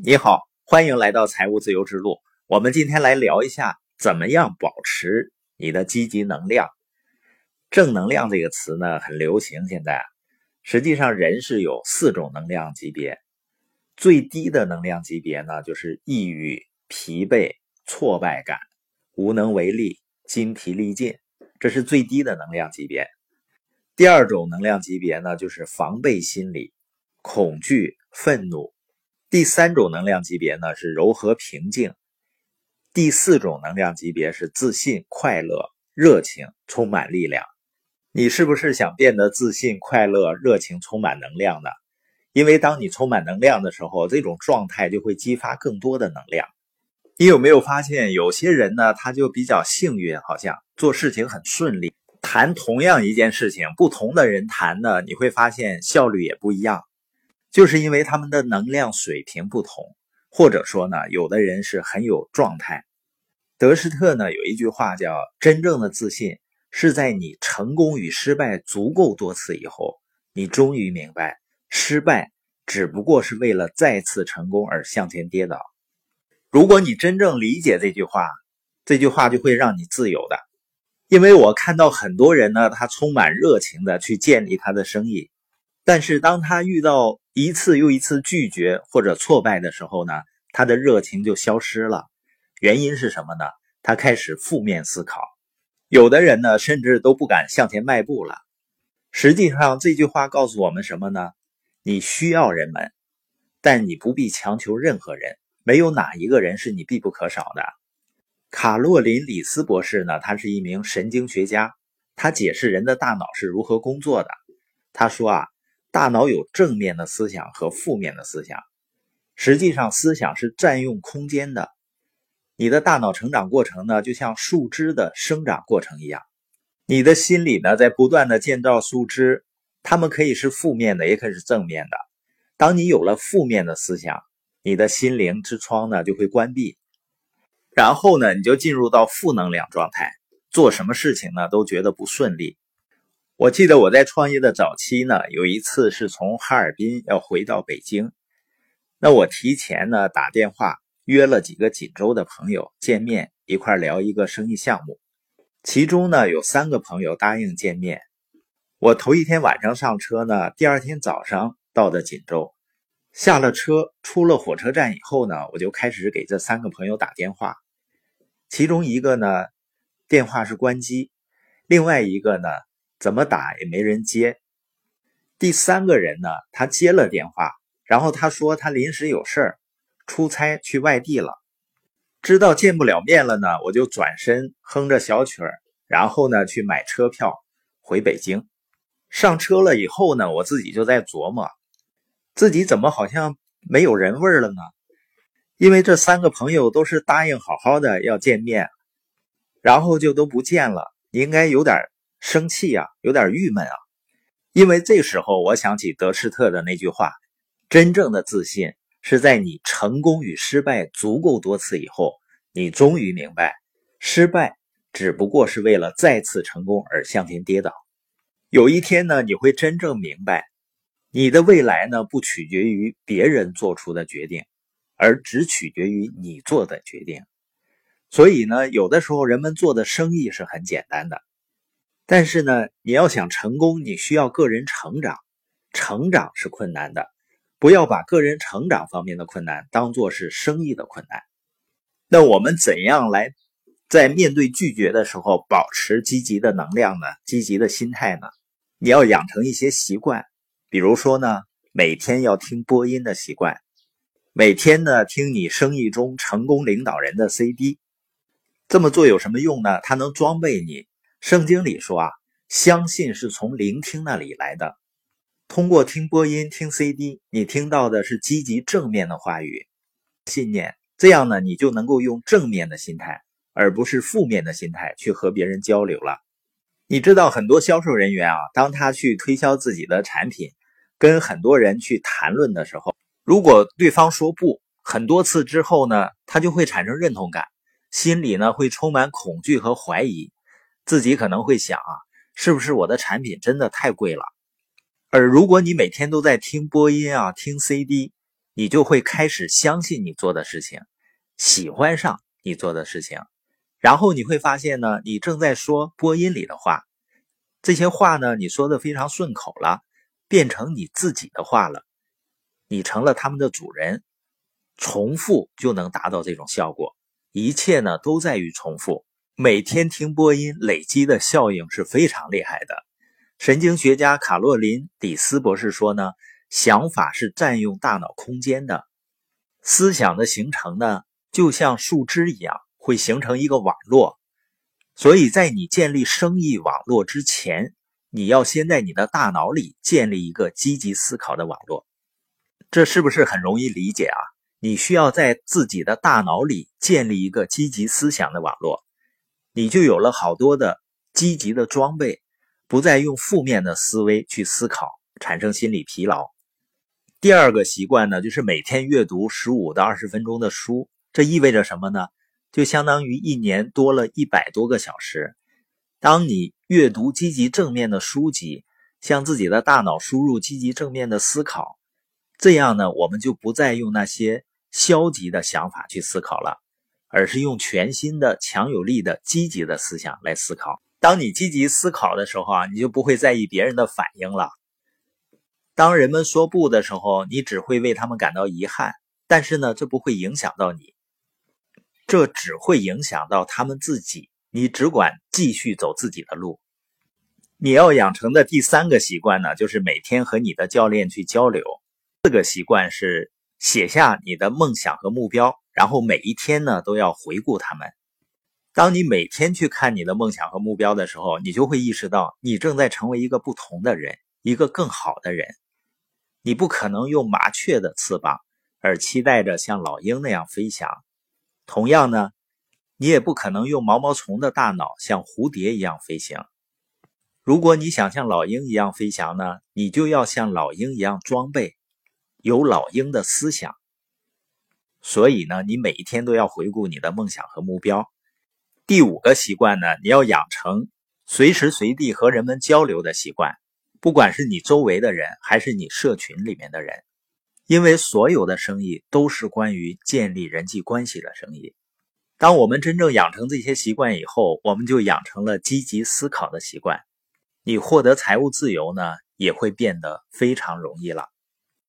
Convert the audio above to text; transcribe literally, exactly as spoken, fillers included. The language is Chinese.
你好，欢迎来到财务自由之路。我们今天来聊一下怎么样保持你的积极能量。正能量这个词呢很流行，现在实际上人是有四种能量级别。最低的能量级别呢就是抑郁、疲惫、挫败感、无能为力、筋疲力尽，这是最低的能量级别。第二种能量级别呢就是防备心理、恐惧、愤怒。第三种能量级别呢是柔和平静。第四种能量级别是自信、快乐、热情、充满力量。你是不是想变得自信、快乐、热情、充满能量呢？因为当你充满能量的时候，这种状态就会激发更多的能量。你有没有发现有些人呢，他就比较幸运，好像做事情很顺利。谈同样一件事情，不同的人谈呢，你会发现效率也不一样。就是因为他们的能量水平不同，或者说呢，有的人是很有状态。德施特呢有一句话叫真正的自信是在你成功与失败足够多次以后，你终于明白失败只不过是为了再次成功而向前跌倒。如果你真正理解这句话，这句话就会让你自由的。因为我看到很多人呢，他充满热情的去建立他的生意，但是当他遇到一次又一次拒绝或者挫败的时候呢，他的热情就消失了。原因是什么呢？他开始负面思考。有的人呢，甚至都不敢向前迈步了。实际上这句话告诉我们什么呢？你需要人们，但你不必强求任何人，没有哪一个人是你必不可少的。卡洛琳·李斯博士呢，他是一名神经学家，他解释人的大脑是如何工作的。他说啊，大脑有正面的思想和负面的思想。实际上思想是占用空间的。你的大脑成长过程呢，就像树枝的生长过程一样。你的心里呢，在不断的建造树枝，它们可以是负面的，也可以是正面的。当你有了负面的思想，你的心灵之窗呢就会关闭。然后呢，你就进入到负能量状态，做什么事情呢都觉得不顺利。我记得我在创业的早期呢，有一次是从哈尔滨要回到北京，那我提前呢打电话约了几个锦州的朋友见面，一块聊一个生意项目。其中呢有三个朋友答应见面。我头一天晚上上车呢，第二天早上到的锦州。下了车，出了火车站以后呢，我就开始给这三个朋友打电话。其中一个呢，电话是关机，另外一个呢，怎么打也没人接。第三个人呢，他接了电话，然后他说他临时有事儿，出差去外地了。知道见不了面了呢，我就转身哼着小曲儿，然后呢去买车票回北京。上车了以后呢，我自己就在琢磨，自己怎么好像没有人味了呢？因为这三个朋友都是答应好好的要见面，然后就都不见了，应该有点生气啊，有点郁闷啊。因为这时候我想起德施特的那句话，真正的自信是在你成功与失败足够多次以后，你终于明白，失败只不过是为了再次成功而向前跌倒。有一天呢，你会真正明白，你的未来呢不取决于别人做出的决定，而只取决于你做的决定。所以呢，有的时候人们做的生意是很简单的，但是呢，你要想成功，你需要个人成长，成长是困难的，不要把个人成长方面的困难当作是生意的困难。那我们怎样来在面对拒绝的时候保持积极的能量呢？积极的心态呢？你要养成一些习惯，比如说呢，每天要听播音的习惯，每天呢听你生意中成功领导人的 C D。 这么做有什么用呢？它能装备你。圣经里说啊，相信是从聆听那里来的。通过听播音、听 C D， 你听到的是积极正面的话语、信念，这样呢，你就能够用正面的心态，而不是负面的心态去和别人交流了。你知道很多销售人员啊，当他去推销自己的产品，跟很多人去谈论的时候，如果对方说不，很多次之后呢，他就会产生认同感，心里呢会充满恐惧和怀疑，自己可能会想啊，是不是我的产品真的太贵了？而如果你每天都在听播音啊，听 C D， 你就会开始相信你做的事情，喜欢上你做的事情，然后你会发现呢，你正在说播音里的话，这些话呢，你说的非常顺口了，变成你自己的话了，你成了他们的主人。重复就能达到这种效果，一切呢都在于重复。每天听播音累积的效应是非常厉害的。神经学家卡洛琳·里斯博士说呢，想法是占用大脑空间的，思想的形成呢，就像树枝一样，会形成一个网络。所以在你建立生意网络之前，你要先在你的大脑里建立一个积极思考的网络。这是不是很容易理解啊？你需要在自己的大脑里建立一个积极思想的网络，你就有了好多的积极的装备，不再用负面的思维去思考，产生心理疲劳。第二个习惯呢，就是每天阅读十五到二十分钟的书。这意味着什么呢？就相当于一年多了一百多个小时。当你阅读积极正面的书籍，向自己的大脑输入积极正面的思考，这样呢，我们就不再用那些消极的想法去思考了，而是用全新的强有力的积极的思想来思考。当你积极思考的时候啊，你就不会在意别人的反应了。当人们说不的时候，你只会为他们感到遗憾，但是呢，这不会影响到你，这只会影响到他们自己，你只管继续走自己的路。你要养成的第三个习惯呢，就是每天和你的教练去交流。这个习惯是写下你的梦想和目标，然后每一天呢都要回顾他们。当你每天去看你的梦想和目标的时候，你就会意识到你正在成为一个不同的人，一个更好的人。你不可能用麻雀的翅膀而期待着像老鹰那样飞翔，同样呢，你也不可能用毛毛虫的大脑像蝴蝶一样飞行。如果你想像老鹰一样飞翔呢，你就要像老鹰一样装备，有老鹰的思想。所以呢，你每一天都要回顾你的梦想和目标。第五个习惯呢，你要养成随时随地和人们交流的习惯，不管是你周围的人还是你社群里面的人，因为所有的生意都是关于建立人际关系的生意。当我们真正养成这些习惯以后，我们就养成了积极思考的习惯，你获得财务自由呢，也会变得非常容易了。